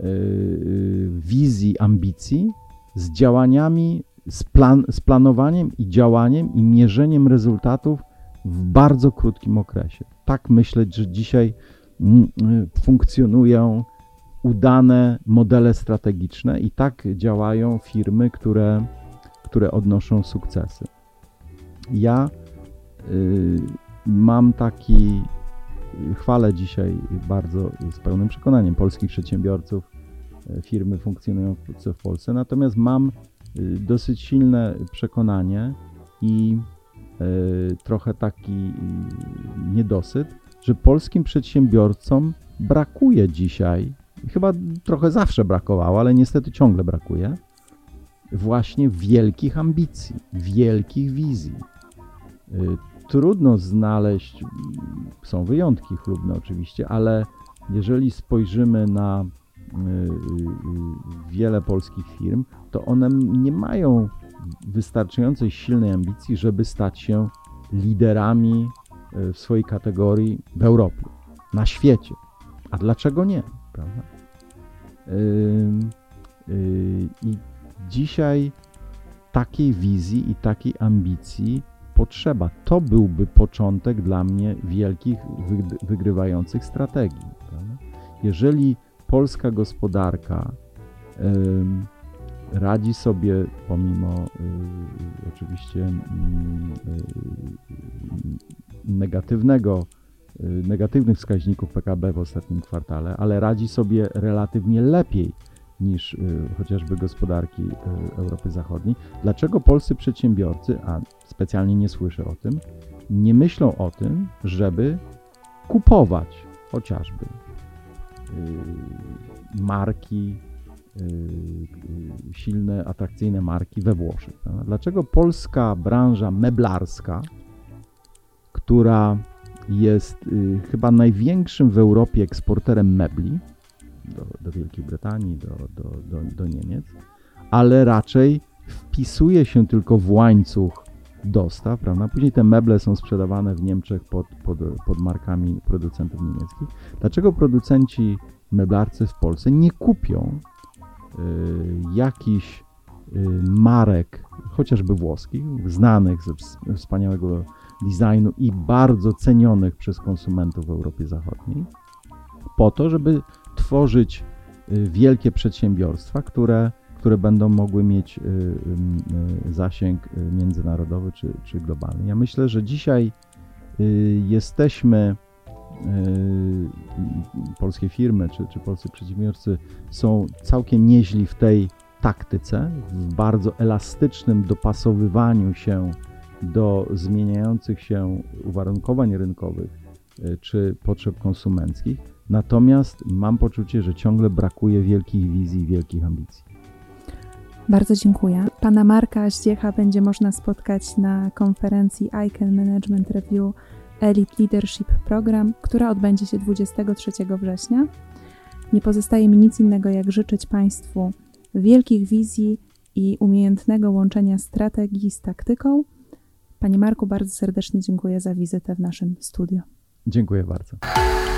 wizji, ambicji z działaniami, z, plan, z planowaniem i działaniem i mierzeniem rezultatów w bardzo krótkim okresie. Tak myśleć, że dzisiaj funkcjonują udane modele strategiczne i tak działają firmy, które, które odnoszą sukcesy. Ja y, mam taki, chwalę dzisiaj bardzo z pełnym przekonaniem polskich przedsiębiorców, firmy funkcjonujące w Polsce, natomiast mam y, dosyć silne przekonanie i y, trochę taki y, niedosyt, że polskim przedsiębiorcom brakuje dzisiaj, chyba trochę zawsze brakowało, ale niestety ciągle brakuje, właśnie wielkich ambicji, wielkich wizji. Trudno znaleźć, są wyjątki chlubne oczywiście, ale jeżeli spojrzymy na wiele polskich firm, to one nie mają wystarczającej silnej ambicji, żeby stać się liderami w swojej kategorii w Europie, na świecie. A dlaczego nie? Prawda? Yy, yy, I dzisiaj takiej wizji i takiej ambicji potrzeba. To byłby początek dla mnie wielkich, wygrywających strategii. Prawda? Jeżeli polska gospodarka yy, radzi sobie pomimo yy, oczywiście yy, negatywnego negatywnych wskaźników P K B w ostatnim kwartale, ale radzi sobie relatywnie lepiej niż y, chociażby gospodarki y, Europy Zachodniej. Dlaczego polscy przedsiębiorcy, a specjalnie nie słyszę o tym, nie myślą o tym, żeby kupować chociażby y, marki, y, y, silne, atrakcyjne marki we Włoszech? Prawda? Dlaczego polska branża meblarska, która jest y, chyba największym w Europie eksporterem mebli do, do Wielkiej Brytanii, do, do, do, do Niemiec, ale raczej wpisuje się tylko w łańcuch dostaw, prawda? Później te meble są sprzedawane w Niemczech pod, pod, pod markami producentów niemieckich. Dlaczego producenci meblarcy w Polsce nie kupią y, jakichś y, marek, chociażby włoskich, znanych ze wspaniałego designu i bardzo cenionych przez konsumentów w Europie Zachodniej, po to, żeby tworzyć wielkie przedsiębiorstwa, które, które będą mogły mieć zasięg międzynarodowy czy, czy globalny. Ja myślę, że dzisiaj jesteśmy, polskie firmy czy, czy polscy przedsiębiorcy są całkiem nieźli w tej taktyce, w bardzo elastycznym dopasowywaniu się do zmieniających się uwarunkowań rynkowych czy potrzeb konsumenckich. Natomiast mam poczucie, że ciągle brakuje wielkich wizji, wielkich ambicji. Bardzo dziękuję. Pana Marka Zdziecha będzie można spotkać na konferencji I C A N Management Review Elite Leadership Program, która odbędzie się dwudziestego trzeciego września. Nie pozostaje mi nic innego, jak życzyć Państwu wielkich wizji i umiejętnego łączenia strategii z taktyką. Panie Marku, bardzo serdecznie dziękuję za wizytę w naszym studiu. Dziękuję bardzo.